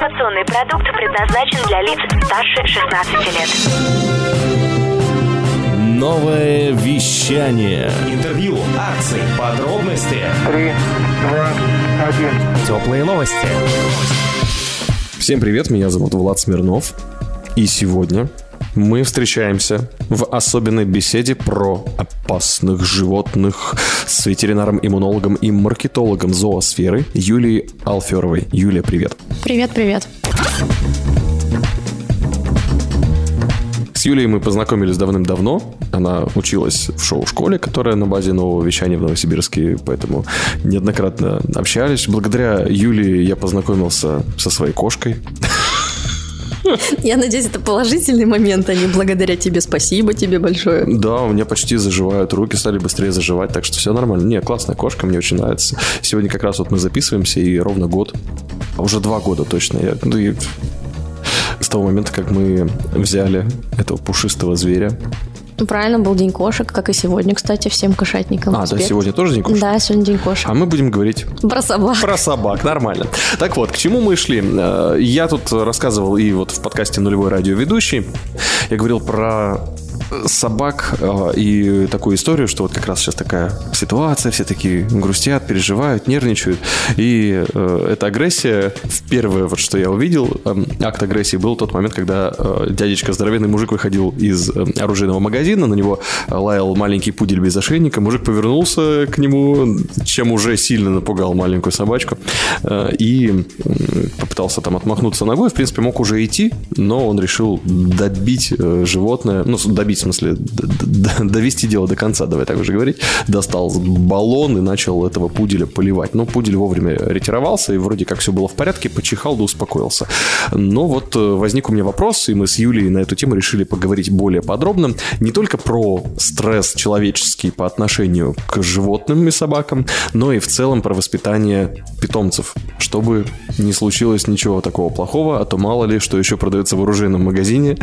Информационный продукт предназначен для лиц старше 16 лет. Новое вещание. Интервью, акции, подробности. 3, 2, 1. Теплые новости. Всем привет, меня зовут Влад Смирнов. И сегодня мы встречаемся в особенной беседе про опасных животных с ветеринаром-иммунологом и маркетологом зоосферы Юлией Алферовой. Юлия, привет. Привет. С Юлией мы познакомились давным-давно. Она училась в шоу-школе, которая на базе нового вещания в Новосибирске, поэтому неоднократно общались. Благодаря Юлии я познакомился со своей кошкой. Я надеюсь, это положительный момент, а не благодаря тебе. Спасибо тебе большое. Да, у меня почти заживают, руки стали быстрее заживать, так что все нормально. Не, классная кошка, мне очень нравится. Сегодня как раз вот мы записываемся, и ровно год, а уже 2 года точно. С того момента, как мы взяли этого пушистого зверя. Правильно, был день кошек, как и сегодня, кстати, всем кошатникам. Да, сегодня тоже день кошек? Да, сегодня день кошек. А мы будем говорить... Про собак. Про собак, нормально. Так вот, к чему мы шли? Я тут рассказывал и вот в подкасте «Нулевой радиоведущий». Я говорил про собак и такую историю, что вот как раз сейчас такая ситуация, все такие грустят, переживают, нервничают. И эта агрессия, первое, вот что я увидел, акт агрессии был тот момент, когда дядечка, здоровенный мужик, выходил из оружейного магазина, на него лаял маленький пудель без ошейника, мужик повернулся к нему, чем уже сильно напугал маленькую собачку, и попытался там отмахнуться ногой, в принципе, мог уже идти, но он решил добить животное, добить, в смысле, довести дело до конца, давай так уже говорить, достал баллон и начал этого пуделя поливать. Но пудель вовремя ретировался, и вроде как все было в порядке, почихал да успокоился. Но вот возник у меня вопрос, и мы с Юлией на эту тему решили поговорить более подробно, не только про стресс человеческий по отношению к животным и собакам, но и в целом про воспитание питомцев, чтобы не случилось ничего такого плохого, а то мало ли, что еще продается в оружейном магазине.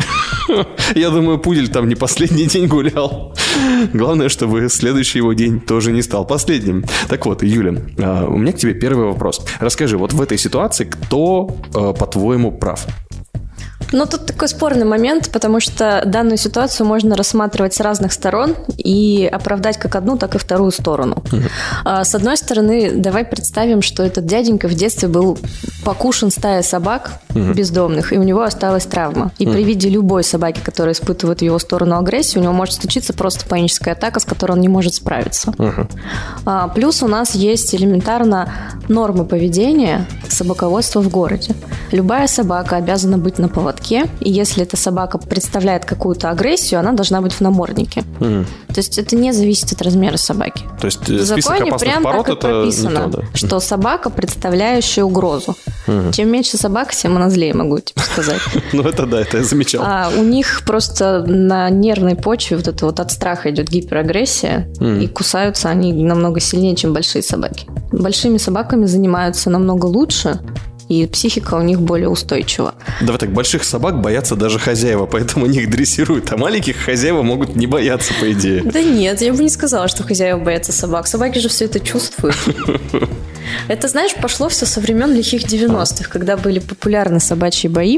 Я думаю, пудель там не последний день гулял. Главное, чтобы следующий его день тоже не стал последним. Так вот, Юля, у меня к тебе первый вопрос. Расскажи, вот в этой ситуации кто, по-твоему, прав? Ну, тут такой спорный момент, потому что данную ситуацию можно рассматривать с разных сторон и оправдать как одну, так и вторую сторону. С одной стороны, давай представим, что этот дяденька в детстве был покушен стаей собак бездомных, и у него осталась травма. И при виде любой собаки, которая испытывает в его сторону агрессию, у него может случиться просто паническая атака, с которой он не может справиться. Плюс у нас есть элементарно нормы поведения собаководства в городе. Любая собака обязана быть на поводке, и если эта собака представляет какую-то агрессию, она должна быть в наморднике. То есть это не зависит от размера собаки. То есть в законе прям так и прописано, что собака, представляющая угрозу. Чем меньше собака, тем она злее, могу тебе сказать. Ну это да, это я замечал. У них просто на нервной почве вот это вот от страха идет гиперагрессия, и кусаются они намного сильнее, чем большие собаки. Большими собаками занимаются намного лучше, и психика у них более устойчива. Давай так, больших собак боятся даже хозяева, поэтому они их дрессируют, а маленьких хозяева могут не бояться, по идее. Да нет, я бы не сказала, что хозяева боятся собак. Собаки же все это чувствуют. Это, знаешь, пошло все со времен лихих 90-х, когда были популярны собачьи бои.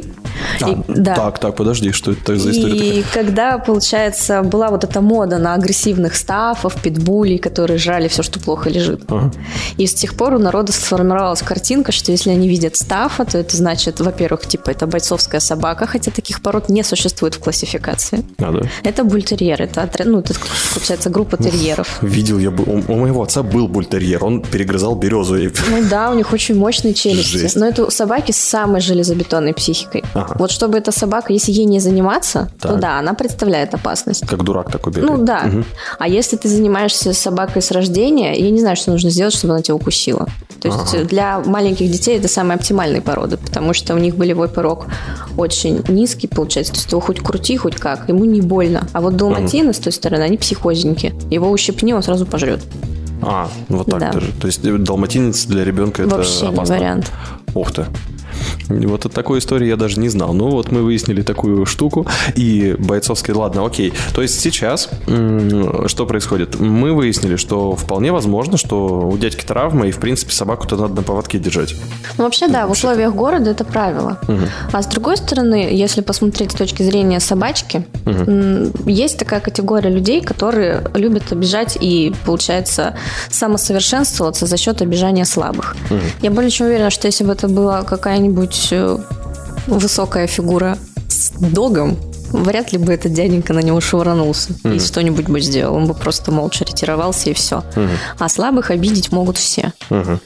Так, подожди, что это за история такая? И когда, получается, была вот эта мода на агрессивных стаффов, питбулей, которые жрали все, что плохо лежит. И с тех пор у народа сформировалась картинка, что если они видят стаффа, то это значит, во-первых, типа это бойцовская собака, хотя таких пород не существует в классификации. Это бультерьер, это получается группа терьеров. Видел я, у моего отца был бультерьер, он перегрызал березу. Ну да, у них очень мощные челюсти. Жесть. Но это собаки с самой железобетонной психикой. Вот чтобы эта собака, если ей не заниматься, то да, она представляет опасность. Как дурак такой бегает. Ну да. А если ты занимаешься собакой с рождения, я не знаю, что нужно сделать, чтобы она тебя укусила. То есть для маленьких детей это самые оптимальные породы, потому что у них болевой порог очень низкий, получается. То есть его хоть крути, хоть как, ему не больно. А вот далматины, с той стороны, они психозненькие. Его ущипни, он сразу пожрет. Вот так даже. То есть далматинец для ребенка это вообще опасно. Не вариант. Ух ты. Вот от такой истории я даже не знал. Ну, вот мы выяснили такую штуку. И бойцовский, ладно, окей. То есть сейчас что происходит? Мы выяснили, что вполне возможно, что у дядьки травма, и, в принципе, собаку-то надо на поводке держать. Ну, вообще, да, в условиях города это правило. А с другой стороны, если посмотреть с точки зрения собачки, есть такая категория людей, которые любят обижать и, получается, самосовершенствоваться за счет обижания слабых. Я более чем уверена, что если бы это была какая-нибудь высокая фигура с догом, вряд ли бы этот дяденька на него швырнулся и что-нибудь бы сделал. Он бы просто молча ретировался, и все. А слабых обидеть могут все.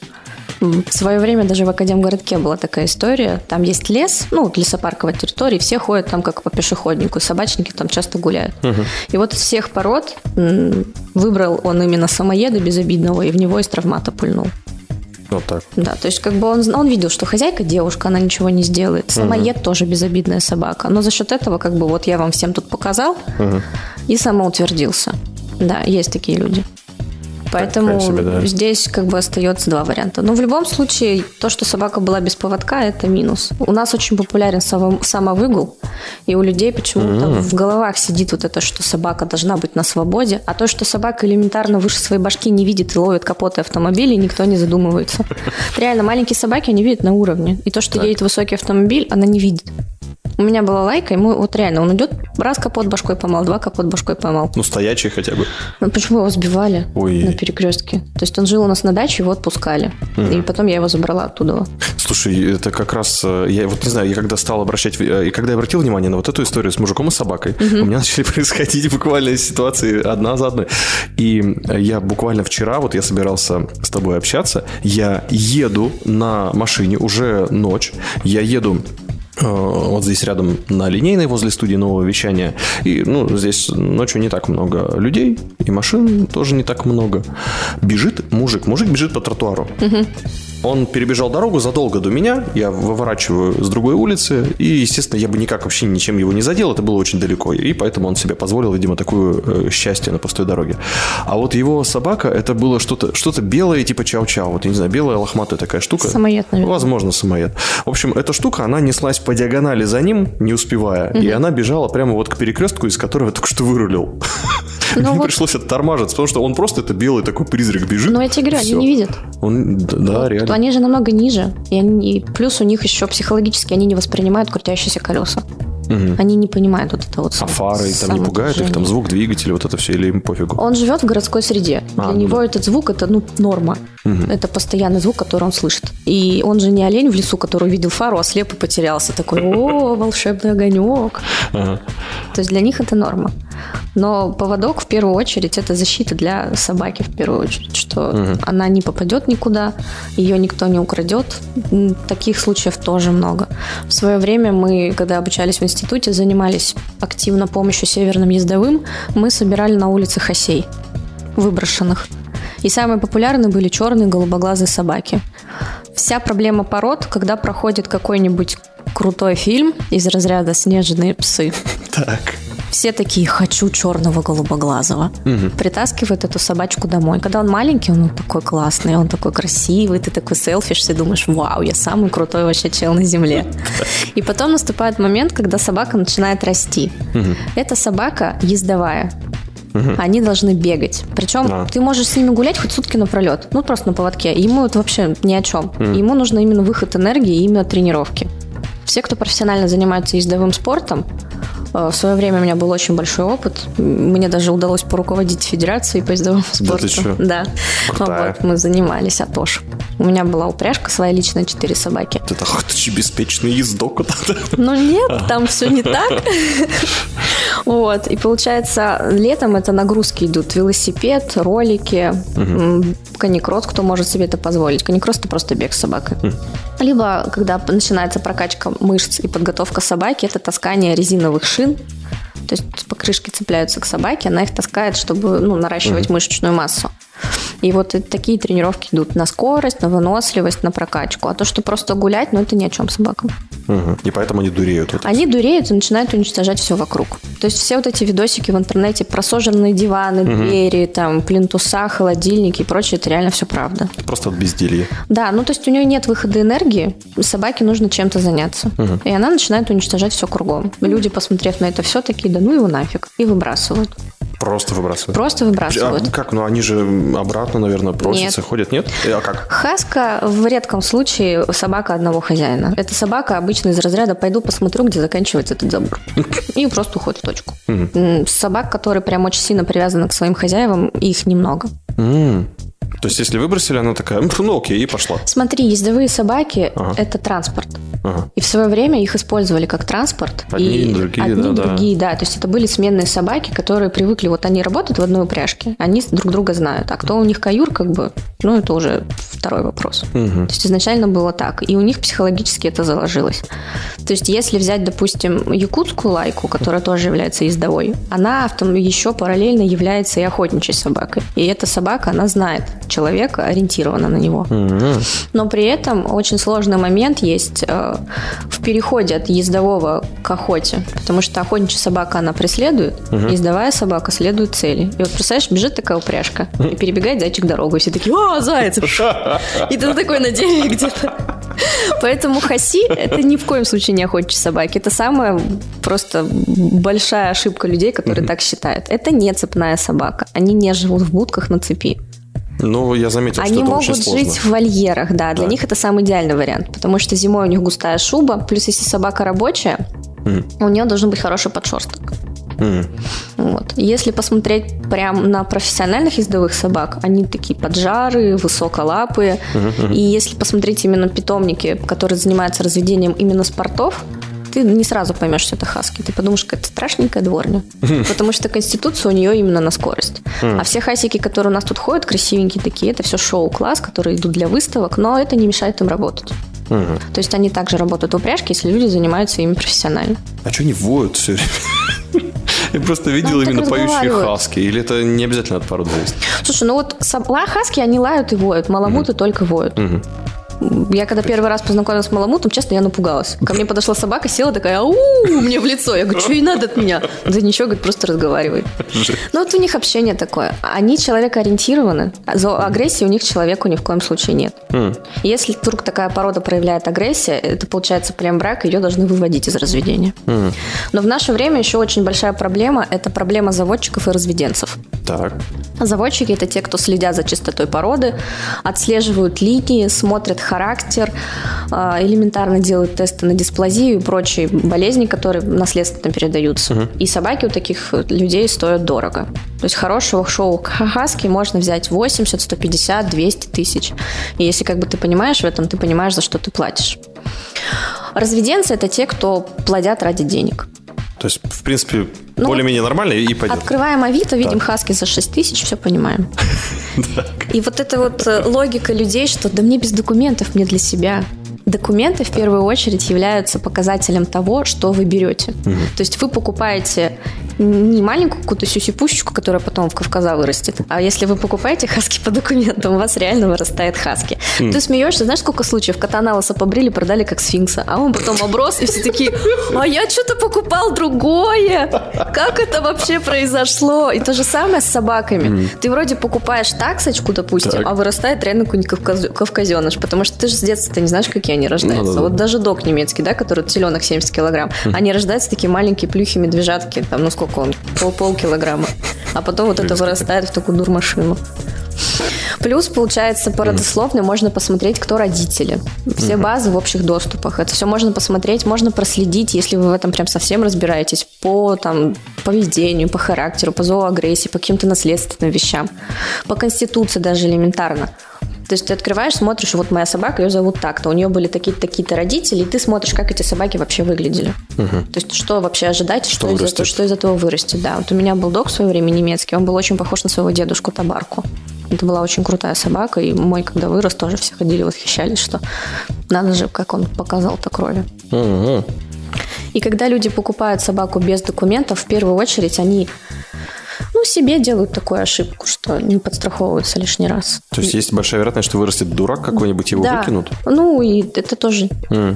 В свое время даже в Академгородке была такая история. Там есть лес, лесопарковая территория, все ходят там как по пешеходнику, и собачники там часто гуляют. И вот из всех пород выбрал он именно самоеда безобидного, и в него из травмата пульнул. Вот так. Да, то есть как бы он видел, что хозяйка девушка, она ничего не сделает. Самоед тоже безобидная собака. Но за счет этого как бы вот я вам всем тут показал и самоутвердился. Да, есть такие люди. Поэтому здесь как бы остается два варианта. Но в любом случае, то, что собака была без поводка, это минус. У нас очень популярен самовыгул, и у людей почему-то в головах сидит вот это, что собака должна быть на свободе, а то, что собака элементарно выше своей башки не видит и ловит капоты автомобилей, никто не задумывается. Реально, маленькие собаки, они видят на уровне. И то, что едет высокий автомобиль, она не видит. У меня была Лайка, ему вот реально, он идет, раз капот башкой поймал, два капот башкой поймал. Ну, стоячий хотя бы. Ну, почему его сбивали на перекрестке? То есть он жил у нас на даче, его отпускали. И потом я его забрала оттуда. Слушай, это как раз, я вот не знаю, я когда стал обращать, и когда я обратил внимание на вот эту историю с мужиком и собакой, у меня начали происходить буквально ситуации одна за одной. И я буквально вчера, вот я собирался с тобой общаться, я еду на машине, уже ночь, я еду вот здесь рядом на Линейной, возле студии нового вещания. И, здесь ночью не так много людей, и машин тоже не так много. Бежит мужик. Мужик бежит по тротуару. Он перебежал дорогу задолго до меня. Я выворачиваю с другой улицы. И, естественно, я бы никак вообще ничем его не задел. Это было очень далеко. И поэтому он себе позволил, видимо, такое счастье на пустой дороге. А вот его собака, это было что-то белое, типа чау-чау. Вот, я не знаю, белая лохматая такая штука. Самоед, наверное. Возможно, самоед. В общем, эта штука, она неслась по диагонали за ним, не успевая. И она бежала прямо вот к перекрестку, из которого я только что вырулил. Мне пришлось оттормаживаться, потому что он просто, это белый такой призрак бежит. Ну, я тебе говорю, они не видят. Да, реально. Они же намного ниже. И плюс у них еще психологически они не воспринимают крутящиеся колеса. Они не понимают вот это вот. А фары там не пугают их, там звук двигателя, вот это все, или им пофигу? Он живет в городской среде. Для него этот звук, это норма. Это постоянный звук, который он слышит. И он же не олень в лесу, который увидел фару, ослеп и потерялся. Такой, волшебный огонек. То есть для них это норма. Но поводок в первую очередь это защита для собаки в первую очередь, что она не попадет никуда, ее никто не украдет. Таких случаев тоже много. В свое время мы, когда обучались в институте, занимались активно помощью северным ездовым. Мы собирали на улицах осей выброшенных. И самые популярные были черные голубоглазые собаки. Вся проблема пород, когда проходит какой-нибудь крутой фильм из разряда «Снежные псы». Так. Все такие, хочу черного голубоглазого. Притаскивают эту собачку домой. Когда он маленький, он такой классный, он такой красивый, ты такой селфишься и думаешь, вау, я самый крутой вообще чел на земле. И потом наступает момент, когда собака начинает расти. Эта собака ездовая. Они должны бегать. Причем ты можешь с ними гулять хоть сутки напролет. Просто на поводке. Ему это вообще ни о чем. Ему нужно именно выход энергии и именно тренировки. Все, кто профессионально занимается ездовым спортом, в свое время у меня был очень большой опыт. Мне даже удалось поруководить федерацией по ездовому спорту. Да ты что? Да. Вот, мы занимались, Атош. У меня была упряжка своя личная, 4 собаки. Ты же беспечный ездок. Нет, там все не так. Вот. И получается, летом это нагрузки идут. Велосипед, ролики, каникросс, кто может себе это позволить. Каникросс – это просто бег с собакой. Либо, когда начинается прокачка мышц и подготовка собаки, это таскание резиновых шин. То есть покрышки цепляются к собаке, она их таскает, чтобы наращивать мышечную массу. И вот такие тренировки идут на скорость, на выносливость, на прокачку. А то, что просто гулять, это ни о чем собакам. И поэтому они дуреют. Вот Они дуреют и начинают уничтожать все вокруг. То есть все вот эти видосики в интернете про сожранные диваны, двери, там, плинтуса, холодильники и прочее, это реально все правда. просто от безделья. Да, ну то есть у нее нет выхода энергии, собаке нужно чем-то заняться. И она начинает уничтожать все кругом. Люди, посмотрев на это все, такие, да ну его нафиг, и выбрасывают. Просто выбрасывают? Просто выбрасывают. А как? Ну, они же обратно, наверное, просятся, ходят, нет? А как? Хаска в редком случае собака одного хозяина. Эта собака обычно из разряда «пойду посмотрю, где заканчивается этот забор». И просто уходит в точку. Собак, которые прям очень сильно привязаны к своим хозяевам, их немного. То есть, если выбросили, она такая, ну окей, и пошла. Смотри, ездовые собаки – это транспорт. И в свое время их использовали как транспорт. Одни, другие, да. То есть это были сменные собаки, которые привыкли, вот они работают в одной упряжке, они друг друга знают. А кто у них каюр, как бы, ну это уже второй вопрос. То есть изначально было так. И у них психологически это заложилось. То есть если взять, допустим, якутскую лайку, которая тоже является ездовой, она еще параллельно является и охотничьей собакой. И эта собака, она знает человека, ориентирована на него. Но при этом очень сложный момент есть в переходе от ездового к охоте. Потому что охотничья собака, она преследует, ездовая собака следует цели. И вот, представляешь, бежит такая упряжка, и перебегает зайчик дорогу, и все такие: «О, заяц!» И ты такой на дереве где-то. Поэтому хаси – это ни в коем случае не охотничьи собаки. Это самая просто большая ошибка людей, которые так считают. Это не цепная собака. Они не живут в будках на цепи. Ну, я заметил, что они это очень сложно. Они могут жить в вольерах, да. Для них это самый идеальный вариант, потому что зимой у них густая шуба, плюс если собака рабочая, у нее должен быть хороший подшерсток. Вот. Если посмотреть прям на профессиональных ездовых собак, они такие поджарые, высоколапые. И если посмотреть именно питомники, которые занимаются разведением именно спортов, ты не сразу поймешь, что это хаски. Ты подумаешь, что это страшненькая дворня. Потому что конституция у нее именно на скорость. А все хасики, которые у нас тут ходят, красивенькие такие, это все шоу-класс, которые идут для выставок, но это не мешает им работать. То есть они также работают в упряжке, если люди занимаются ими профессионально. А что они воют все время? Я просто видел именно поющие хаски. Или это не обязательно от породы зависит? Слушай, ну вот хаски, они лают и воют. Маламуты только воют. Я когда первый раз познакомилась с маламутом, честно, я напугалась. Ко мне подошла собака, села такая: «Ау!» мне в лицо. Я говорю: «Что ей надо от меня?» Да ничего, говорит, просто разговаривай. Ну вот у них общение такое. Они человекоориентированы. За агрессии у них человеку ни в коем случае нет. Если вдруг такая порода проявляет агрессию, это получается прям брак, ее должны выводить из разведения. Но в наше время еще очень большая проблема – это проблема заводчиков и разведенцев. Так. Заводчики – это те, кто следят за чистотой породы, отслеживают линии, смотрят характер, элементарно делают тесты на дисплазию и прочие болезни, которые наследственно передаются. И собаки у таких людей стоят дорого. То есть хорошего шоу-хаски можно взять 80, 150, 200 тысяч. И если как бы ты понимаешь в этом, ты понимаешь, за что ты платишь. Разведенцы – это те, кто плодят ради денег. То есть, в принципе, более-менее нормально и пойдет. Открываем Авито, видим хаски за 6 тысяч, все понимаем. И вот эта вот логика людей, что да мне без документов, мне для себя. Документы в первую очередь являются показателем того, что вы берете. То есть вы покупаете не маленькую какую-то сюси-пусечку, которая потом в Кавказа вырастет, а если вы покупаете хаски по документам, у вас реально вырастает хаски. Ты смеешься, знаешь, сколько случаев? Кота на лысо побрили, продали как сфинкса, а он потом оброс, и все такие: а я что-то покупал другое. Как это вообще произошло? И то же самое с собаками. Ты вроде покупаешь таксочку, допустим, а вырастает реально какой-нибудь кавказеныш, потому что ты же с детства не знаешь, какие они рождаются. Вот даже дог немецкий, да, который теленок 70 килограмм, они рождаются такие маленькие плюхи-медвежатки, там, ну сколько он? Полкилограмма. А потом вот это вырастает в такую дурмашину. Плюс, получается, по родословной можно посмотреть, кто родители. Все базы в общих доступах. Это все можно посмотреть, можно проследить, если вы в этом прям совсем разбираетесь, по там, поведению, по характеру, по зооагрессии, по каким-то наследственным вещам. По конституции даже элементарно. То есть ты открываешь, смотришь, вот моя собака, ее зовут так-то, у нее были такие-то, такие-то родители, и ты смотришь, как эти собаки вообще выглядели. То есть что вообще ожидать, что из этого вырастет. Да, вот у меня был дог в свое время немецкий, он был очень похож на своего дедушку Табарку. Это была очень крутая собака, и мой, когда вырос, тоже все ходили, восхищались, что надо же, как он показал-то крови. И когда люди покупают собаку без документов, в первую очередь они себе делают такую ошибку, что не подстраховываются лишний раз. То есть есть большая вероятность, что вырастет дурак какой-нибудь, его выкинут? Ну, и это тоже.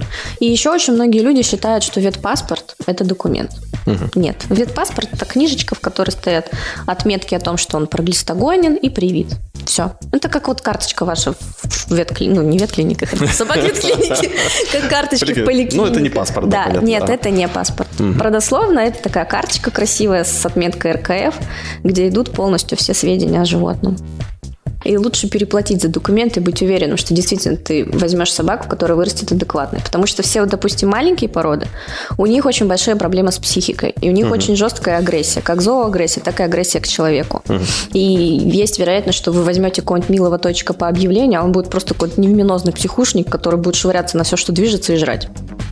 И еще очень многие люди считают, что ветпаспорт – это документ. Нет. Ветпаспорт – это книжечка, в которой стоят отметки о том, что он проглистогонен и привит. Все. Это как вот карточка ваша в ветклинике. Ну, не ветклиниках, это собак-ветклиники. Как карточки в поликлинике. Ну, это не паспорт. Да, нет, это не паспорт. Родословно это такая карточка красивая с отметкой РКФ, где идут полностью все сведения о животном. И лучше переплатить за документы и быть уверенным, что действительно ты возьмешь собаку, которая вырастет адекватной. Потому что все, вот, допустим, маленькие породы, у них очень большая проблема с психикой. И у них очень жесткая агрессия. Как зооагрессия, так и агрессия к человеку. И есть вероятность, что вы возьмете какого-нибудь милого точка по объявлению, а он будет просто какой-то невменозный психушник, который будет швыряться на все, что движется, и жрать.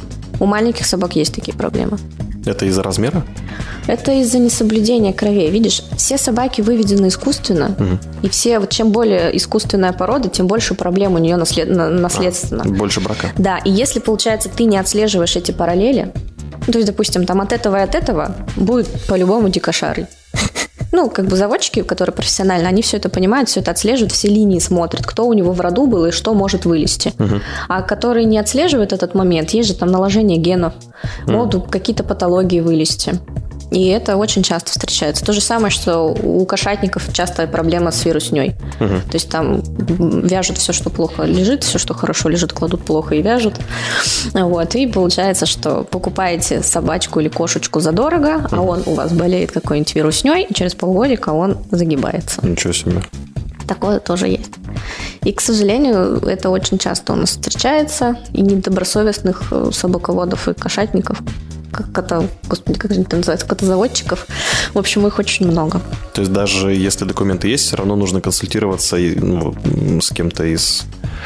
У маленьких собак есть такие проблемы. Это из-за размера? Это из-за несоблюдения кровей. Видишь, все собаки выведены искусственно, и все, вот чем более искусственная порода, тем больше проблем у нее наследственно. Больше брака. Да, и если, получается, ты не отслеживаешь эти параллели, то есть, допустим, там от этого и от этого будет по-любому дикошарый. Ну, как бы заводчики, которые профессионально, они все это понимают, все это отслеживают, все линии смотрят, кто у него в роду был и что может вылезти. А которые не отслеживают этот момент, есть же там наложение генов, могут какие-то патологии вылезти. И это очень часто встречается. То же самое, что у кошатников часто проблема с вирусней. То есть там вяжут все, что плохо лежит, все, что хорошо лежит, кладут плохо и вяжут. Вот. И получается, что покупаете собачку или кошечку задорого, а он у вас болеет какой-нибудь вирусней, и через полгодика он загибается. Ничего себе. Такое тоже есть. И, к сожалению, это очень часто у нас встречается. И недобросовестных собаководов и кошатников, как это, господи, как же это называется, котозаводчиков. В общем, их очень много. То есть даже если документы есть, все равно нужно консультироваться с кем-то из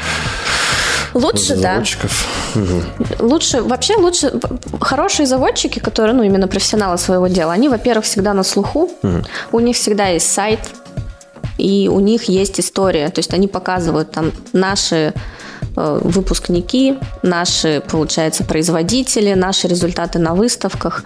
лучше, заводчиков. Да. Лучше, хорошие заводчики, которые, именно профессионалы своего дела, они, во-первых, всегда на слуху, у них всегда есть сайт, и у них есть история, то есть они показывают там наши выпускники, наши, получается, производители, наши результаты на выставках.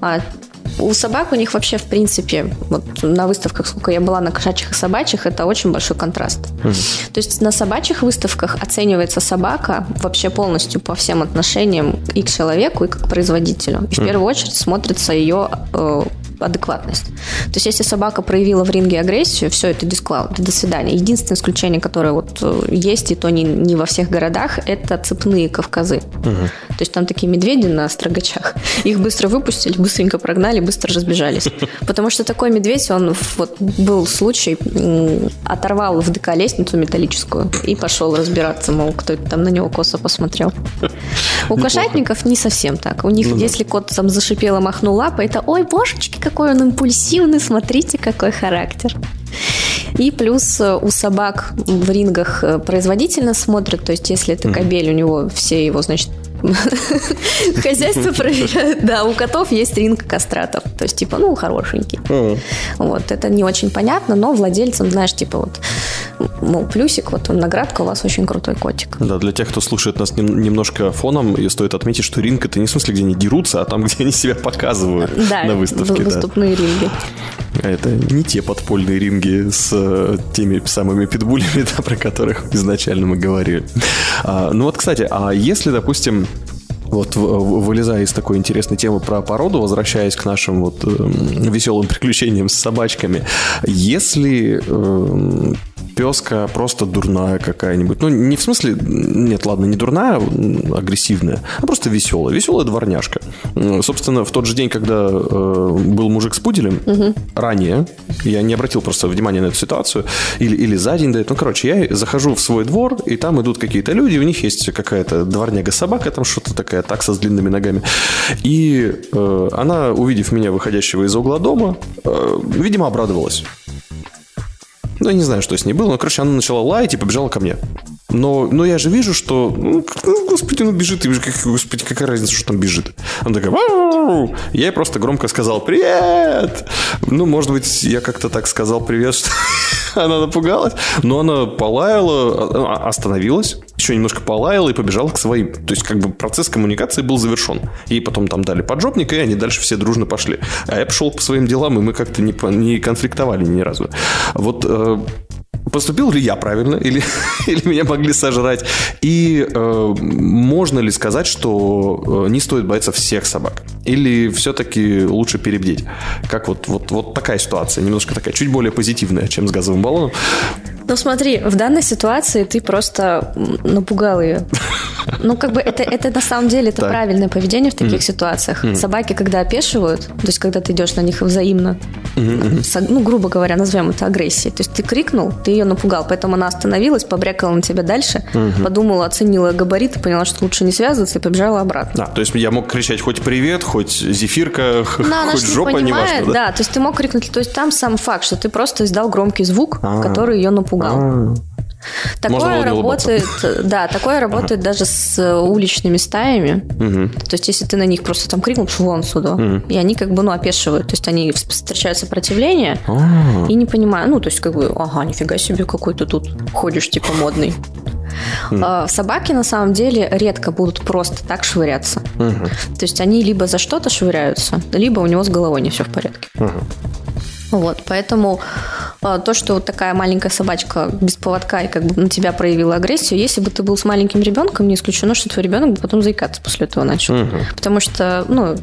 У собак у них вообще, в принципе, вот на выставках, сколько я была на кошачьих и собачьих, это очень большой контраст. То есть на собачьих выставках оценивается собака вообще полностью по всем отношениям и к человеку, и к производителю. И в первую очередь смотрится ее адекватность. То есть если собака проявила в ринге агрессию, все, это дисквал, до свидания. Единственное исключение, которое вот есть, и то не во всех городах, это цепные кавказы. То есть там такие медведи на строгачах. Их быстро выпустили, быстренько прогнали, быстро разбежались. Потому что такой медведь, он вот был случай, оторвал в ДК лестницу металлическую и пошел разбираться, мол, кто это там на него косо посмотрел. У кошатников не совсем так. У них, если кот там зашипел и махнул лапой, это ой, божечки, какой он импульсивный, смотрите, какой характер. И плюс у собак в рингах производительно смотрят, то есть если это кобель, у него все его, значит, хозяйство проверяют. Да, у котов есть ринг кастратов. То есть, типа, хорошенький. Вот, это не очень понятно, но владельцам, знаешь, типа, вот, мол, плюсик, вот наградка, у вас очень крутой котик. Да, для тех, кто слушает нас немножко фоном, и стоит отметить, что ринг — это не в смысле, где они дерутся, а там, где они себя показывают на выставке. Да, выступные ринги. Это не те подпольные ринги с теми самыми питбулями, да, про которых изначально мы говорили. Кстати, а если, допустим, вот вылезая из такой интересной темы про породу, возвращаясь к нашим вот веселым приключениям с собачками, если пёска просто дурная какая-нибудь, не в смысле, нет, ладно, не дурная, агрессивная, а просто веселая дворняжка. Собственно, в тот же день, когда был мужик с пуделем, ранее, я не обратил просто внимания на эту ситуацию, или за день до этого, я захожу в свой двор, и там идут какие-то люди, у них есть какая-то дворняга-собака, там что-то такая такса с длинными ногами, и она, увидев меня, выходящего из угла дома, видимо, обрадовалась. Я не знаю, что с ней было, но, она начала лаять и побежала ко мне. Но я же вижу, что, господи, бежит, и господи, какая разница, что там бежит. Она такая, «Вау!» Я ей просто громко сказал «Привет!». Может быть, я как-то так сказал «Привет», что она напугалась, но она полаяла, остановилась, еще немножко полаяла и побежала к своим. То есть, как бы процесс коммуникации был завершен. Ей потом там дали поджопник, и они дальше все дружно пошли. А я пошел по своим делам, и мы как-то не конфликтовали ни разу. Вот поступил ли я правильно, или меня могли сожрать? И можно ли сказать, что не стоит бояться всех собак? Или все-таки лучше перебдеть? Как вот такая ситуация, немножко такая, чуть более позитивная, чем с газовым баллоном. Ну смотри, в данной ситуации ты просто напугал ее. Ну, как бы это на самом деле это правильное поведение в таких ситуациях. Собаки, когда опешивают, то есть когда ты идешь на них взаимно, ну, грубо говоря, назовем это агрессией. То есть ты крикнул, ты ее напугал, поэтому она остановилась, побрякала на тебя дальше, подумала, оценила габариты, поняла, что лучше не связываться и побежала обратно. Да, то есть я мог кричать хоть привет, хоть зефирка, но хоть жопа, неважно. Да, то есть ты мог крикнуть, то есть там сам факт, что ты просто издал громкий звук, который ее напугал. Такое работает, да, такое работает даже с уличными стаями. То есть, если ты на них просто там крикнул, вон сюда, и они как бы, опешивают. То есть, они встречают сопротивление и не понимают, то есть, как бы, ага, нифига себе, какой ты тут ходишь, типа, модный. Собаки, на самом деле, редко будут просто так швыряться. То есть, они либо за что-то швыряются, либо у него с головой не все в порядке. Вот, поэтому то, что вот такая маленькая собачка без поводка и как бы на тебя проявила агрессию, если бы ты был с маленьким ребенком, не исключено, что твой ребенок бы потом заикаться после этого начал. Потому что,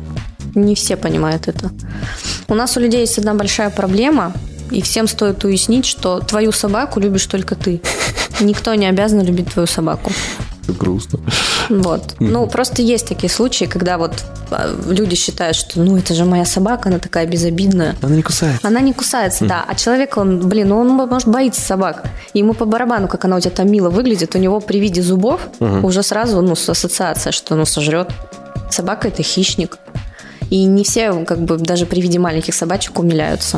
не все понимают это. У нас у людей есть одна большая проблема, и всем стоит уяснить, что твою собаку любишь только ты. Никто не обязан любить твою собаку. Грустно. Вот. Просто есть такие случаи, когда вот люди считают, что это же моя собака, она такая безобидная. Она не кусается. Она не кусается, да. А человек, он может боится собак. Ему по барабану, как она у тебя там мило выглядит, у него при виде зубов уже сразу, ассоциация, что сожрет. Собака – это хищник. И не все, как бы, даже при виде маленьких собачек умиляются.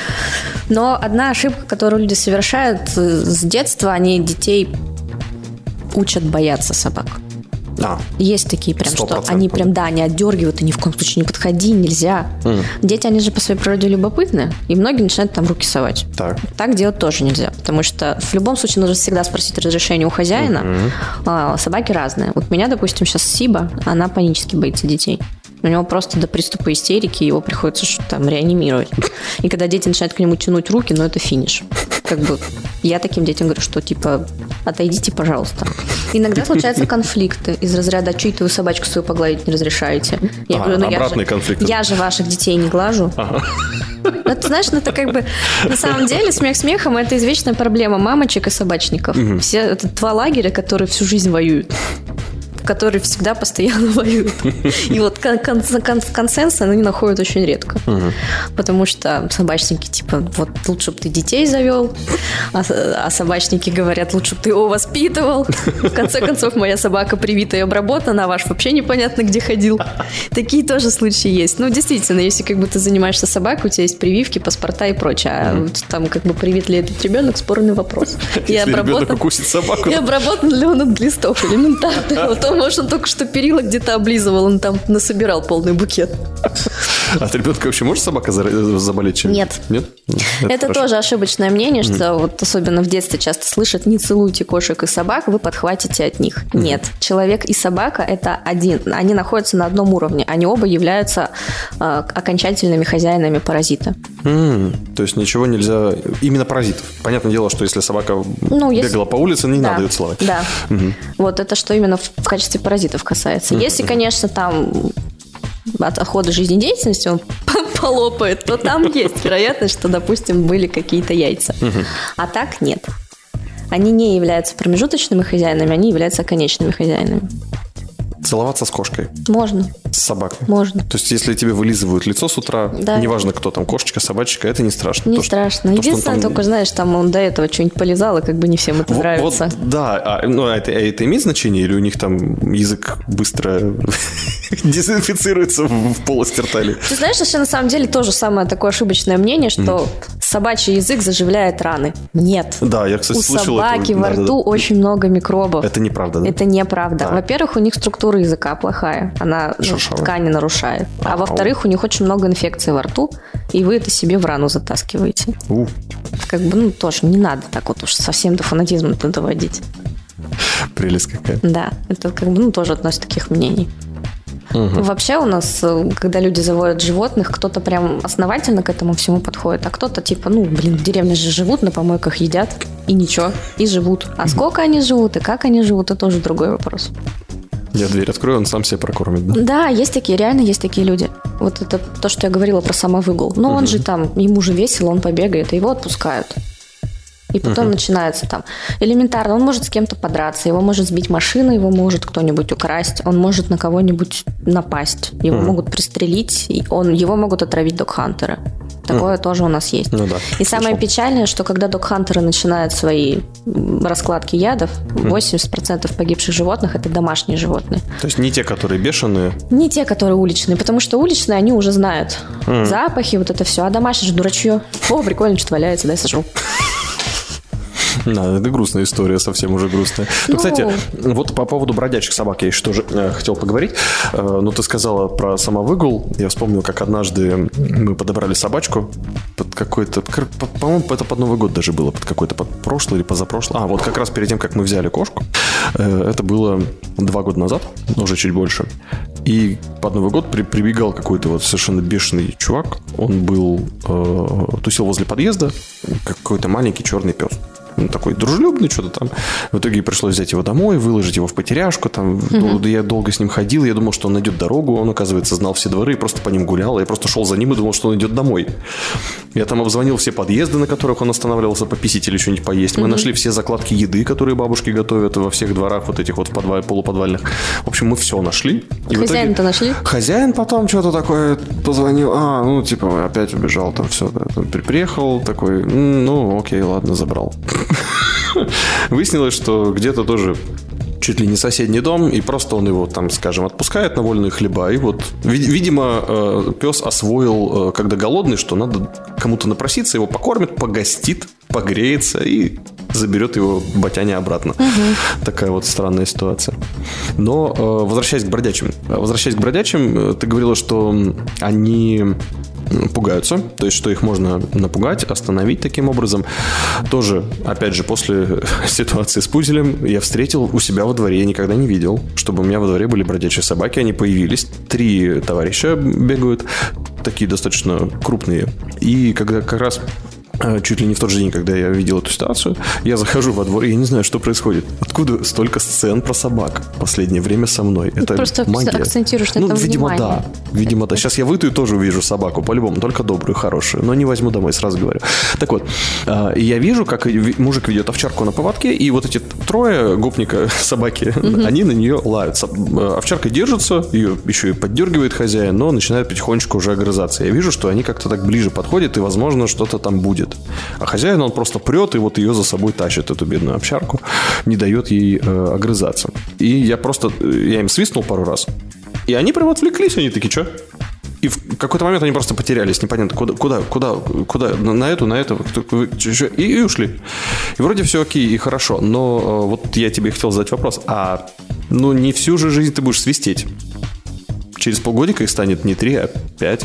Но одна ошибка, которую люди совершают с детства, они детей учат бояться собак. Есть такие прям, 100%. Что они прям, они отдергивают, и ни в коем случае не подходи, нельзя. Дети, они же по своей природе любопытны, и многие начинают там руки совать. Так делать тоже нельзя, потому что в любом случае нужно всегда спросить разрешение у хозяина. Собаки разные. Вот у меня, допустим, сейчас Сиба, она панически боится детей. У него просто до приступа истерики его приходится там реанимировать. И когда дети начинают к нему тянуть руки, это финиш. Как бы я таким детям говорю, что типа отойдите, пожалуйста. Иногда случаются конфликты из разряда, что это вы собачку свою погладить не разрешаете. Я говорю, обратный конфликт. Я же ваших детей не глажу. Ты знаешь, это как бы на самом деле смех смехом, это извечная проблема мамочек и собачников. Все это два лагеря, которые всю жизнь воюют, которые всегда постоянно воюют. И вот консенсус они находят очень редко. Потому что собачники типа, вот лучше бы ты детей завел, а собачники говорят, лучше бы ты его воспитывал. В конце концов, моя собака привита и обработана, а ваш вообще непонятно где ходил. Такие тоже случаи есть. Действительно, если как бы ты занимаешься собакой, у тебя есть прививки, паспорта и прочее. А там как бы привит ли этот ребенок, спорный вопрос. Если ребенок укусит собаку. И обработан ли он от глистов элементарно. Может, он только что перила где-то облизывал, он там насобирал полный букет. А от ребенка вообще может собака заболеть чем-нибудь? Нет. Это тоже ошибочное мнение, что вот особенно в детстве часто слышат: не целуйте кошек и собак, вы подхватите от них. Нет. Человек и собака – это один. Они находятся на одном уровне. Они оба являются окончательными хозяинами паразита. То есть ничего нельзя... Именно паразитов. Понятное дело, что если собака бегала по улице, не надо ее целовать. Да. Вот это что именно в качестве паразитов касается. Если, конечно, там от хода жизнедеятельности он полопает, то там есть вероятность, что, допустим, были какие-то яйца. А так нет. Они не являются промежуточными хозяинами, они являются конечными хозяинами. Целоваться с кошкой? Можно. С собакой? Можно. То есть, если тебе вылизывают лицо с утра, неважно, кто там, кошечка, собачка, это не страшно? Не страшно. Единственное, только, знаешь, там он до этого что-нибудь полизал, и как бы не всем это нравится. Да, это имеет значение? Или у них там язык быстро дезинфицируется в полости рта? Ты знаешь, вообще на самом деле тоже самое такое ошибочное мнение, что собачий язык заживляет раны. Нет. Да, я, кстати, слышал. У собаки во рту очень много микробов. Это неправда, да? Это неправда. Во-первых, у них структура языка плохая. Она ткани нарушает. А во-вторых, у них очень много инфекций во рту, и вы это себе в рану затаскиваете. Как бы, тоже не надо так вот уж совсем до фанатизма доводить. Прелесть какая. Да, это как бы, тоже одно из таких мнений. Вообще у нас, когда люди заводят животных, кто-то прям основательно к этому всему подходит, а кто-то типа, в деревне же живут, на помойках едят, и ничего, и живут. А сколько они живут, и как они живут, это уже другой вопрос. Я дверь открою, он сам себя прокормит, да? Да, есть такие, реально есть такие люди. Вот это то, что я говорила про самовыгул. Но он же там, ему же весело, он побегает, и его отпускают. И потом начинается там элементарно. Он может с кем-то подраться, его может сбить машина, его может кто-нибудь украсть, он может на кого-нибудь напасть, его могут пристрелить, его могут отравить догхантеры. Такое тоже у нас есть. Ну, да. И самое печальное, что когда догхантеры начинают свои раскладки ядов, 80% погибших животных – это домашние животные. То есть не те, которые бешеные? Не те, которые уличные, потому что уличные, они уже знают запахи, вот это все. А домашние же дурачье. О, прикольно, что-то валяется, дай сожру. Да, это грустная история, совсем уже грустная. Кстати, вот по поводу бродячих собак я еще тоже хотел поговорить. Ты сказала про самовыгул. Я вспомнил, как однажды мы подобрали собачку под какой-то... По-моему, это под Новый год даже было, под какой-то под прошлый или позапрошлый. Вот как раз перед тем, как мы взяли кошку. Это было 2 года назад, уже чуть больше. И под Новый год прибегал какой-то вот совершенно бешеный чувак. Он был... тусил возле подъезда. Какой-то маленький черный пес. Такой дружелюбный, что-то там. В итоге пришлось взять его домой, выложить его в потеряшку. Там. Я долго с ним ходил. Я думал, что он найдет дорогу. Он, оказывается, знал все дворы и просто по ним гулял. Я просто шел за ним и думал, что он идет домой. Я там обзвонил все подъезды, на которых он останавливался пописить или что-нибудь поесть. Мы нашли все закладки еды, которые бабушки готовят во всех дворах вот этих вот полуподвальных. В общем, мы все нашли. Хозяина-то нашли? Хозяин потом что-то такое позвонил. Опять убежал. Там все. Приехал такой, окей, ладно, забрал. Выяснилось, что где-то тоже чуть ли не соседний дом, и просто он его там, скажем, отпускает на вольные хлеба. И вот, видимо, пес освоил, когда голодный, что надо кому-то напроситься, его покормит, погостит, погреется и заберет его батяня обратно. Такая вот странная ситуация. Но возвращаясь к бродячим, ты говорила, что они пугаются, то есть, что их можно напугать, остановить таким образом. Тоже, опять же, после ситуации с пуделем я встретил у себя во дворе, я никогда не видел, чтобы у меня во дворе были бродячие собаки, они появились, 3 товарища бегают, такие достаточно крупные, и когда как раз чуть ли не в тот же день, когда я видел эту ситуацию, я захожу во двор, и я не знаю, что происходит. Откуда столько сцен про собак в последнее время со мной? Это просто магия. Акцентируешь на этом внимание. Видимо, да. Сейчас я выйду и тоже увижу собаку, по-любому, только добрую, хорошую, но не возьму домой, сразу говорю. Так вот, и я вижу, как мужик ведет овчарку на поводке, и вот эти 3 гопника собаки, они на нее лают. Овчарка держится, ее еще и поддергивает хозяин, но начинает потихонечку уже огрызаться. Я вижу, что они как-то так ближе подходят, и, возможно, что-то там будет. А хозяин, он просто прет и вот ее за собой тащит, эту бедную овчарку, не дает ей огрызаться. И я им свистнул пару раз, и они прям отвлеклись, они такие, что? И в какой-то момент они просто потерялись, непонятно, куда, на это, и ушли. И вроде все окей и хорошо, но вот я тебе хотел задать вопрос, не всю же жизнь ты будешь свистеть. Через полгодика их станет не 3, а 5,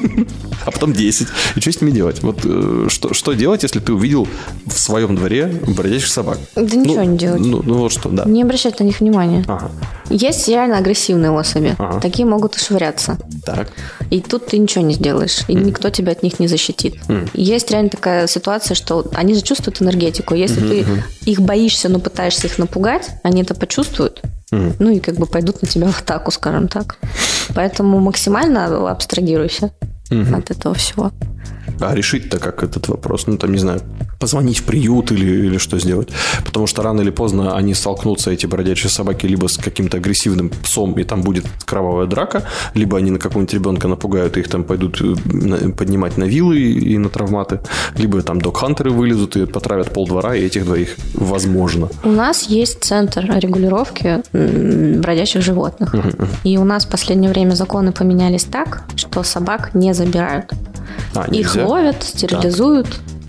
а потом 10. И что с ними делать? Вот что делать, если ты увидел в своем дворе бродячих собак? Да ничего не делать. Вот что, да. Не обращать на них внимания. Есть реально агрессивные особи. Такие могут и швыряться. Так. И тут ты ничего не сделаешь. И никто тебя от них не защитит. Есть реально такая ситуация, что они же чувствуют энергетику. Если ты их боишься, но пытаешься их напугать, они это почувствуют. И как бы пойдут на тебя в атаку, скажем так. Поэтому максимально абстрагируйся от этого всего. А решить-то как этот вопрос? Не знаю, позвонить в приют или что сделать? Потому что рано или поздно они столкнутся, эти бродячие собаки, либо с каким-то агрессивным псом, и там будет кровавая драка, либо они на какого-нибудь ребенка напугают, и их там пойдут поднимать на вилы и на травматы, либо там догхантеры вылезут и потравят полдвора, и этих 2 возможно. У нас есть центр регулировки бродячих животных. И у нас в последнее время законы поменялись так, что собак не забирают. Их ловят, стерилизуют.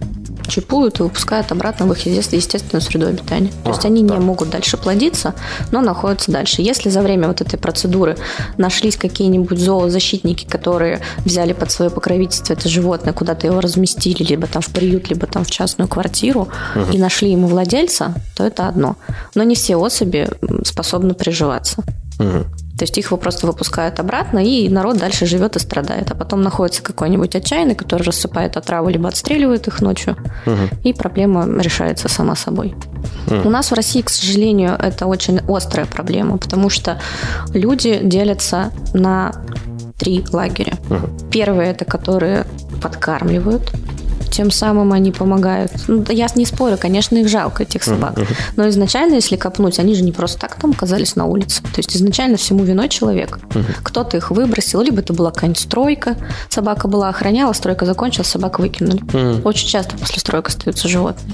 чипуют и выпускают обратно в их естественную среду обитания. То есть они не могут дальше плодиться, но находятся дальше. Если за время вот этой процедуры нашлись какие-нибудь зоозащитники, которые взяли под свое покровительство это животное, куда-то его разместили, либо там в приют, либо там в частную квартиру, и нашли ему владельца, то это одно. Но не все особи способны приживаться. То есть их просто выпускают обратно, и народ дальше живет и страдает. А потом находится какой-нибудь отчаянный, который рассыпает отраву, либо отстреливает их ночью, и проблема решается сама собой. У нас в России, к сожалению, это очень острая проблема, потому что люди делятся на 3 лагеря. Первые – это которые подкармливают, тем самым они помогают. Ну, я не спорю, конечно, их жалко, этих собак. Но изначально, если копнуть, они же не просто так там оказались на улице. То есть изначально всему виной человек. Кто-то их выбросил, либо это была какая-нибудь стройка, собака была охраняла, стройка закончилась, собаку выкинули. Очень часто после строек остаются животные.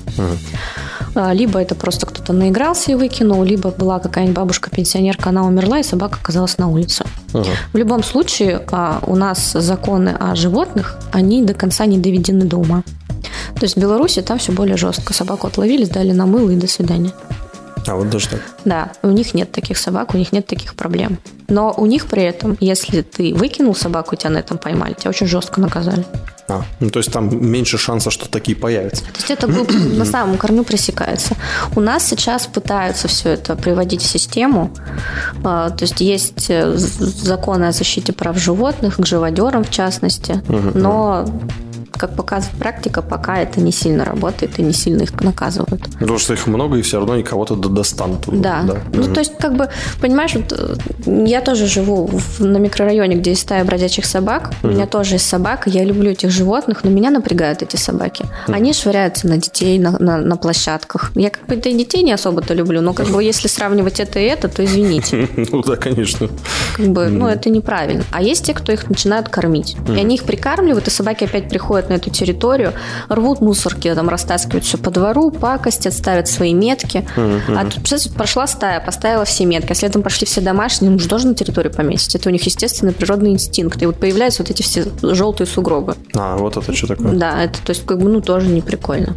Либо это просто кто-то наигрался и выкинул, либо была какая-нибудь бабушка-пенсионерка, она умерла, и собака оказалась на улице. В любом случае, у нас законы о животных, они до конца не доведены до ума. То есть в Беларуси там все более жестко. Собаку отловили, сдали на мыло и до свидания. А вот даже так? Да, у них нет таких собак, у них нет таких проблем. Но у них при этом, если ты выкинул собаку, тебя на этом поймали, тебя очень жестко наказали. Ну, то есть там меньше шанса, что такие появятся. То есть это на самом корню пресекается. У нас сейчас пытаются все это приводить в систему. То есть есть законы о защите прав животных, к живодерам в частности. Но, как показывает практика, пока это не сильно работает и не сильно их наказывают. Потому что их много, и все равно они кого-то достанут. Да. Ну, то есть, как бы, понимаешь, вот я тоже живу на микрорайоне, где есть стая бродячих собак. У меня тоже есть собака, я люблю этих животных, но меня напрягают эти собаки. Они швыряются на детей на площадках. Я как бы и детей не особо-то люблю, но как бы если сравнивать это и это, то извините. Ну да, конечно. Как бы, ну, это неправильно. А есть те, кто их начинают кормить. И они их прикармливают, и собаки опять приходят на эту территорию, рвут мусорки, там растаскивают все по двору, пакостят, ставят свои метки. А тут, представляете, прошла стая, поставила все метки, а следом пошли все домашние, ну, что же на территорию поместить? Это у них естественный природный инстинкт. И вот появляются вот эти все желтые сугробы. Вот это что такое? Да, это, то есть, как бы, ну, тоже не прикольно.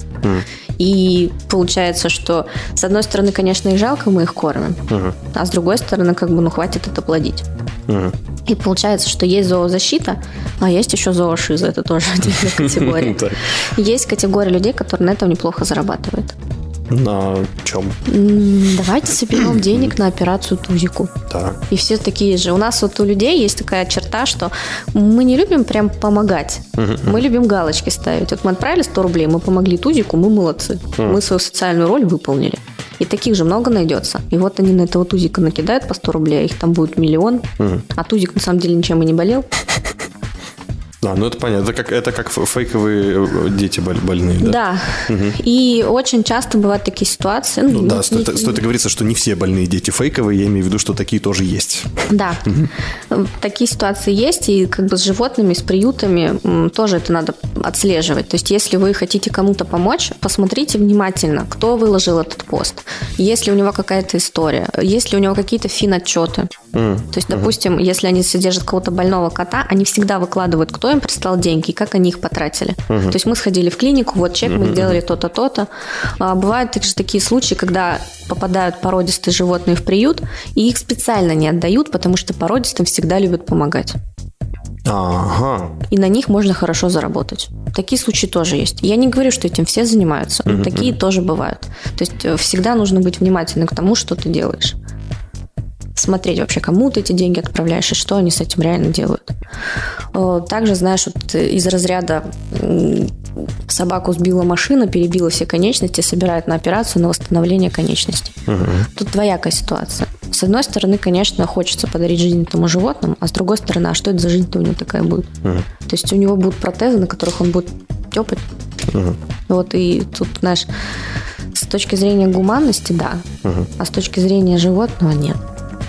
И получается, что с одной стороны, конечно, их жалко, мы их кормим, а с другой стороны, как бы, ну, хватит это плодить. И получается, что есть зоозащита, а есть еще зоошиза, это тоже отдельная категория. Есть категория людей, которые на этом неплохо зарабатывают. На чем? Давайте соберем денег на операцию Тузику. Так. И все такие же. У нас вот у людей есть такая черта, что мы не любим прям помогать. Мы любим галочки ставить. Вот мы отправили 100 рублей, мы помогли Тузику, мы молодцы. Мы свою социальную роль выполнили. И таких же много найдется. И вот они на этого Тузика накидают по 100 рублей, а их там будет 1 000 000. А Тузик на самом деле ничем и не болел. Да, ну это понятно. Это как фейковые дети больные, да? Да. И очень часто бывают такие ситуации. Да, стоит говориться, что не все больные дети фейковые. Я имею в виду, что такие тоже есть. Да. Такие ситуации есть. И как бы с животными, с приютами тоже это надо отслеживать. То есть если вы хотите кому-то помочь, посмотрите внимательно, кто выложил этот пост. Есть ли у него какая-то история. Есть ли у него какие-то финотчеты. То есть, допустим, если они содержат какого-то больного кота, они всегда выкладывают, кто им прислал деньги и как они их потратили. То есть мы сходили в клинику, вот чек, мы сделали то-то, то-то. Бывают также такие случаи, когда попадают породистые животные в приют, и их специально не отдают, потому что породистым всегда любят помогать. Ага. И на них можно хорошо заработать. Такие случаи тоже есть. Я не говорю, что этим все занимаются, но такие тоже бывают. То есть всегда нужно быть внимательным к тому, что ты делаешь. Смотреть вообще, кому ты эти деньги отправляешь и что они с этим реально делают. Также, знаешь, вот из разряда собаку сбила машина, перебила все конечности, собирает на операцию на восстановление конечностей. Тут двоякая ситуация. С одной стороны, конечно, хочется подарить жизнь этому животному, а с другой стороны, а что это за жизнь-то у него такая будет? То есть у него будут протезы, на которых он будет тёпать. Вот, и тут, знаешь, с точки зрения гуманности, да, а с точки зрения животного нет.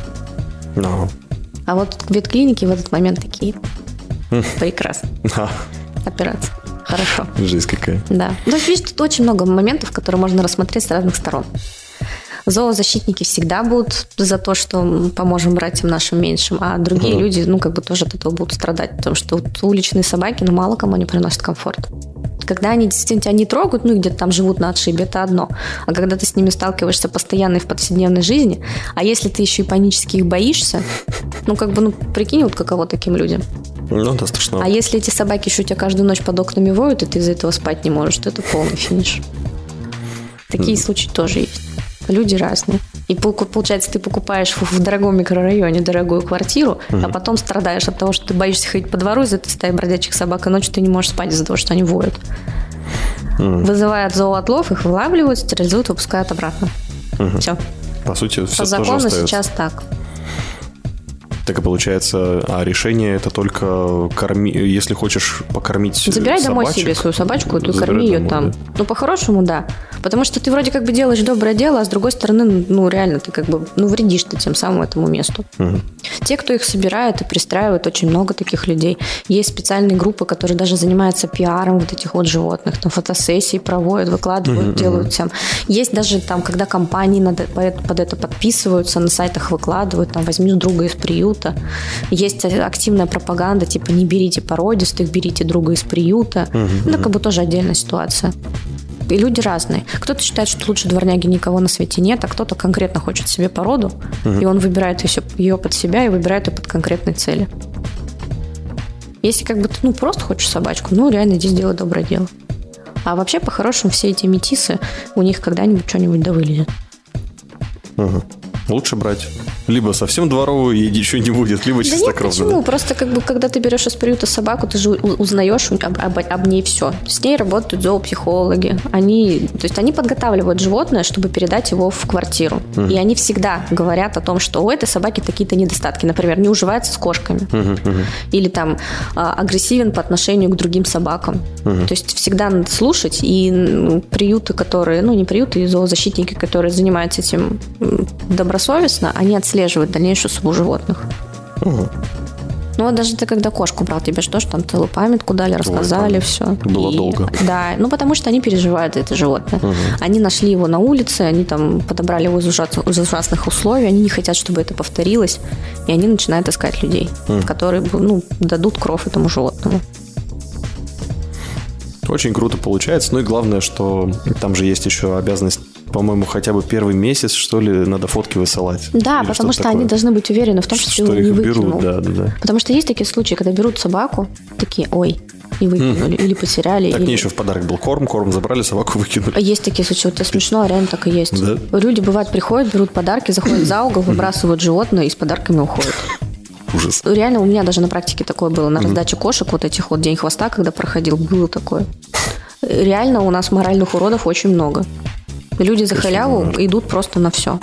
No. А вот ветклиники в этот момент такие. Прекрасно. Операция. Хорошо. Жизнь какая. Да. Ну, то есть, видишь, тут очень много моментов, которые можно рассмотреть с разных сторон. Зоозащитники всегда будут за то, что поможем братьям нашим меньшим, а другие люди, ну, как бы тоже от этого будут страдать, потому что вот уличные собаки, ну, мало кому они приносят комфорт. Когда они действительно тебя не трогают, ну и где-то там живут на отшибе, это одно. А когда ты с ними сталкиваешься постоянно и в повседневной жизни, а если ты еще и панически их боишься, прикинь, вот каково таким людям. Ну, достаточно. А если эти собаки еще у тебя каждую ночь под окнами воют, и ты из-за этого спать не можешь, то это полный финиш. Такие случаи тоже есть. Люди разные. И получается, ты покупаешь в дорогом микрорайоне дорогую квартиру, а потом страдаешь от того, что ты боишься ходить по двору из-за этой стаи бродячих собак, и ночью ты не можешь спать из-за того, что они воют. Вызывают зоотлов, их вылавливают, стерилизуют, выпускают обратно. Все. По сути, все по закону тоже остается. Сейчас так. Так и получается, а решение это только если хочешь покормить забирай собачек, домой себе свою собачку, ты корми ее домой, там. Да. Ну, по-хорошему, да. Потому что ты вроде как бы делаешь доброе дело, а с другой стороны, реально ты как бы, вредишь ты тем самым этому месту. Те, кто их собирает и пристраивает, очень много таких людей. Есть специальные группы, которые даже занимаются пиаром вот этих вот животных, там фотосессии проводят, выкладывают, делают всем. Есть даже там, когда компании под это подписываются, на сайтах выкладывают, там, возьми друга из приюта. Есть активная пропаганда, типа, не берите породистых, берите друга из приюта. Это как бы тоже отдельная ситуация. И люди разные. Кто-то считает, что лучше дворняги никого на свете нет, а кто-то конкретно хочет себе породу, и он выбирает ее под себя и выбирает ее под конкретные цели. Если как бы ты просто хочешь собачку, реально иди сделай доброе дело. А вообще, по-хорошему, все эти метисы, у них когда-нибудь что-нибудь вылезет. Лучше брать. Либо совсем дворовую, и ничего не будет, либо чистокровную. Да нет, почему? Просто как бы, когда ты берешь из приюта собаку, ты же узнаешь об ней все. С ней работают зоопсихологи. Они подготавливают животное, чтобы передать его в квартиру. И они всегда говорят о том, что у этой собаки такие-то недостатки. Например, не уживается с кошками. Или там агрессивен по отношению к другим собакам. То есть всегда надо слушать. И приюты, которые... не приюты, и зоозащитники, которые занимаются этим добросовестно, они отслеживают дальнейшую судьбу животных. Вот даже ты когда кошку брал, тебе что ж там целую памятку дали, рассказали все. Было долго. Да, потому что они переживают за это животное. Они нашли его на улице, они там подобрали его из ужасных условий, они не хотят, чтобы это повторилось, и они начинают искать людей, которые дадут кров этому животному. Очень круто получается. Ну и главное, что там же есть еще обязанность, по-моему, хотя бы первый месяц, что ли, надо фотки высылать. Да, потому что они должны быть уверены в том, что ты его не выкинул. Берут, да. Потому что есть такие случаи, когда берут собаку, такие, ой, и выкинули, или потеряли. Так мне еще в подарок был корм забрали, собаку выкинули. Есть такие случаи, это смешно, а реально так и есть. Да? Люди, бывает, приходят, берут подарки, заходят за угол, выбрасывают животное и с подарками уходят. Ужас. Реально, у меня даже на практике такое было. На раздаче кошек, вот этих вот День хвоста, когда проходил, было такое. Реально у нас моральных уродов очень много. Люди за халяву идут просто на все.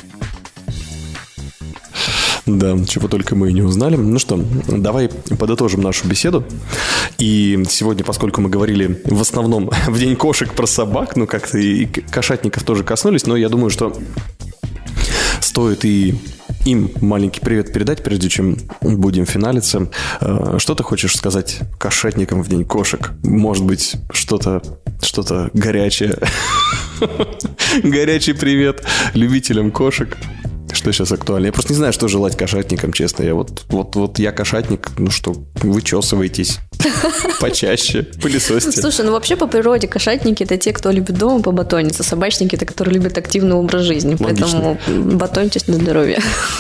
Да, чего только мы и не узнали. Ну что, давай подытожим нашу беседу. И сегодня, поскольку мы говорили в основном в День кошек про собак, как-то и кошатников тоже коснулись, но я думаю, что стоит и им маленький привет передать, прежде чем будем финалиться. Что ты хочешь сказать кошатникам в День кошек? Может быть, что-то горячее. Горячий привет любителям кошек. Что сейчас актуально? Я просто не знаю, что желать кошатникам, честно. Я вот я кошатник, вычесывайтесь почаще, пылесосьте. Слушай, вообще по природе кошатники — это те, кто любит дома побатониться. Собачники — это которые любят активный образ жизни. Логично. Поэтому батоньтесь на здоровье.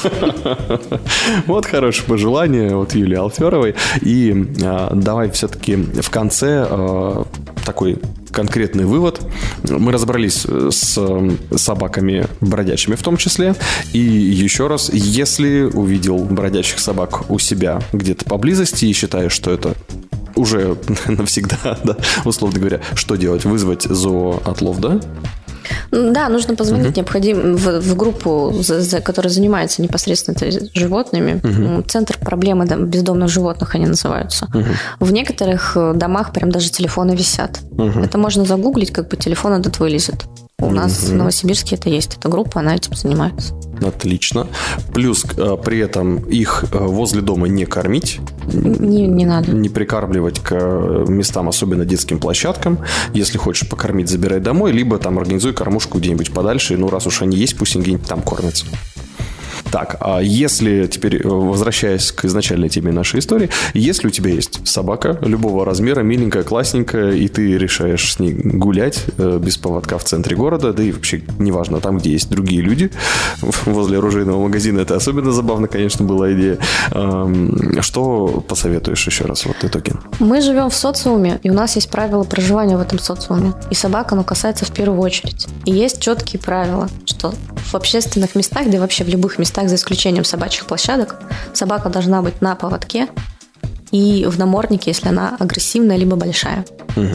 Вот хорошее пожелание от Юлии Алферовой. И давай все-таки в конце такой конкретный вывод. Мы разобрались с собаками бродячими в том числе. И еще раз, если увидел бродячих собак у себя где-то поблизости и считаешь, что это уже навсегда, да, условно говоря, что делать? Вызвать зоотлов, да? Да, нужно позвонить необходимо в группу, которая занимается непосредственно животными. Центр проблемы бездомных животных они называются. В некоторых домах прям даже телефоны висят. Это можно загуглить, телефон этот вылезет. У нас в Новосибирске это есть. Эта группа, она этим занимается. Отлично. Плюс при этом их возле дома не кормить. Не надо. Не прикармливать к местам, особенно детским площадкам. Если хочешь покормить, забирай домой. Либо там организуй кормушку где-нибудь подальше. Раз уж они есть, пусть они где-нибудь там кормятся. Так, а если теперь, возвращаясь к изначальной теме нашей истории, если у тебя есть собака любого размера, миленькая, классненькая, и ты решаешь с ней гулять без поводка в центре города, да и вообще неважно, там, где есть другие люди, возле оружейного магазина, это особенно забавно, конечно, была идея. Что посоветуешь еще раз вот в итоге? Мы живем в социуме, и у нас есть правила проживания в этом социуме. И собака, касается в первую очередь. И есть четкие правила, что в общественных местах, да и вообще в любых местах, за исключением собачьих площадок, собака должна быть на поводке и в наморднике, если она агрессивная либо большая.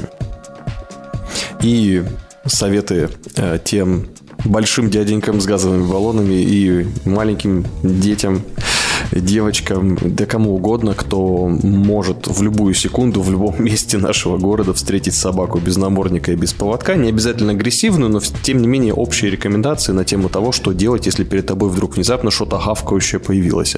И советы тем большим дяденькам с газовыми баллонами и маленьким детям, девочкам, да кому угодно, кто может в любую секунду в любом месте нашего города встретить собаку без намордника и без поводка. Не обязательно агрессивную, но тем не менее общие рекомендации на тему того, что делать, если перед тобой вдруг внезапно что-то гавкающее появилось.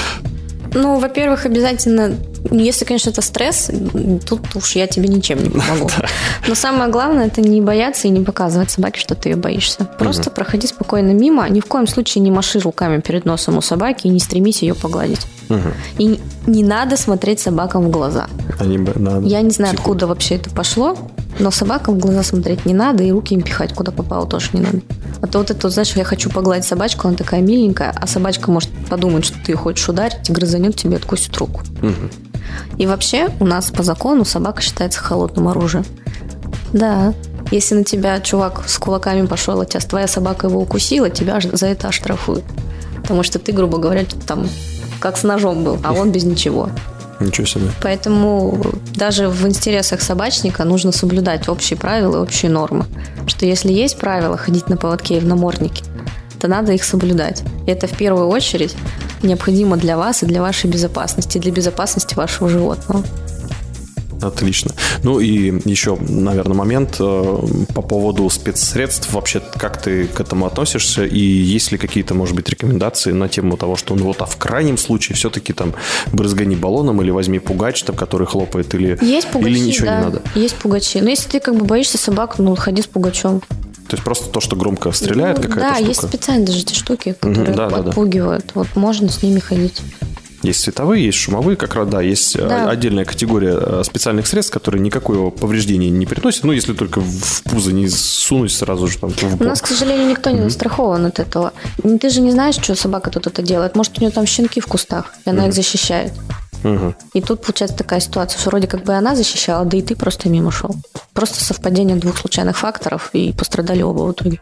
Ну, во-первых, обязательно, если, конечно, это стресс, тут уж я тебе ничем не помогу. Но самое главное, это не бояться и не показывать собаке, что ты ее боишься. Просто проходи спокойно мимо, ни в коем случае не маши руками перед носом у собаки и не стремись ее погладить. И не надо смотреть собакам в глаза. Я не знаю, откуда вообще это пошло, но собакам в глаза смотреть не надо, и руки им пихать куда попало тоже не надо. А то вот это, знаешь, я хочу погладить собачку, она такая миленькая, а собачка может подумать, что ты ее хочешь ударить, и грызанет тебе, откусит руку. И вообще у нас по закону собака считается холодным оружием. Да, если на тебя чувак с кулаками пошел, а твоя собака его укусила, тебя за это оштрафуют. Потому что ты, грубо говоря, там как с ножом был, а он без ничего. Ничего себе. Поэтому даже в интересах собачника нужно соблюдать общие правила и общие нормы. Что если есть правила ходить на поводке и в наморднике, то надо их соблюдать. И это в первую очередь необходимо для вас и для вашей безопасности, и для безопасности вашего животного. Отлично. Ну и еще, наверное, момент по поводу спецсредств. Вообще, как ты к этому относишься? И есть ли какие-то, может быть, рекомендации на тему того, что ну вот, а в крайнем случае все-таки там брызгани баллоном или возьми пугач, там, который хлопает, или, есть пугачи, или ничего да, не надо? Есть пугачи. Но если ты как бы боишься собак, ну ходи с пугачом. То есть просто то, что громко стреляет, какая-то штука? Да, есть специальные даже эти штуки, которые подпугивают. Вот можно с ними ходить. Есть световые, есть шумовые, как раз, да, есть отдельная категория специальных средств, которые никакого повреждения не приносят, ну, если только в пузо не сунуть сразу же там в бок. У нас, к сожалению, никто не застрахован от этого. Ты же не знаешь, что собака тут это делает. Может, у нее там щенки в кустах, и она их защищает. И тут получается такая ситуация, что вроде как бы она защищала, да и ты просто мимо шел. Просто совпадение двух случайных факторов, и пострадали оба в итоге.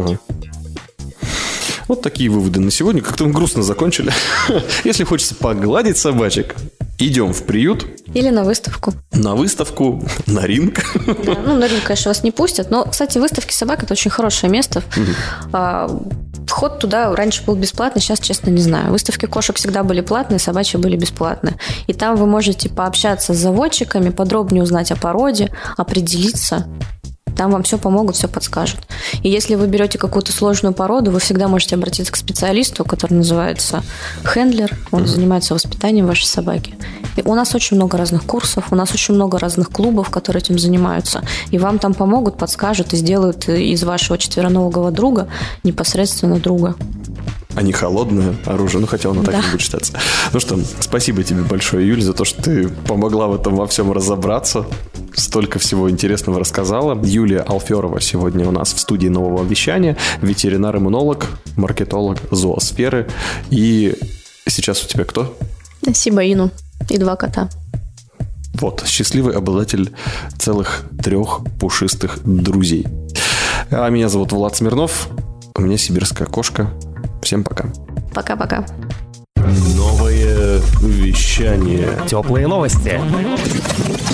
Вот такие выводы на сегодня. Как-то мы грустно закончили. Если хочется погладить собачек, идем в приют. Или на выставку. На выставку, на ринг. Да, ну, на ринг, конечно, вас не пустят. Но, кстати, выставки собак – это очень хорошее место. Вход туда раньше был бесплатный, сейчас, честно, не знаю. Выставки кошек всегда были платные, собачьи были бесплатные. И там вы можете пообщаться с заводчиками, подробнее узнать о породе, определиться. Там вам все помогут, все подскажут. И если вы берете какую-то сложную породу, вы всегда можете обратиться к специалисту, который называется хендлер. Он занимается воспитанием вашей собаки. И у нас очень много разных курсов, у нас очень много разных клубов, которые этим занимаются. И вам там помогут, подскажут и сделают из вашего четвероногого друга непосредственно друга. А не холодное оружие, ну хотя оно так не будет считаться. Ну что, спасибо тебе большое, Юль, за то, что ты помогла в этом во всем разобраться. Столько всего интересного рассказала. Юлия Алферова сегодня у нас в студии Нового вещания. Ветеринар-иммунолог, маркетолог зоосферы. И сейчас у тебя кто? Сибаину и 2 кота. Вот, счастливый обладатель целых 3 пушистых друзей. А меня зовут Влад Смирнов. У меня сибирская кошка. Всем пока. Пока-пока. Новое вещание. Теплые новости.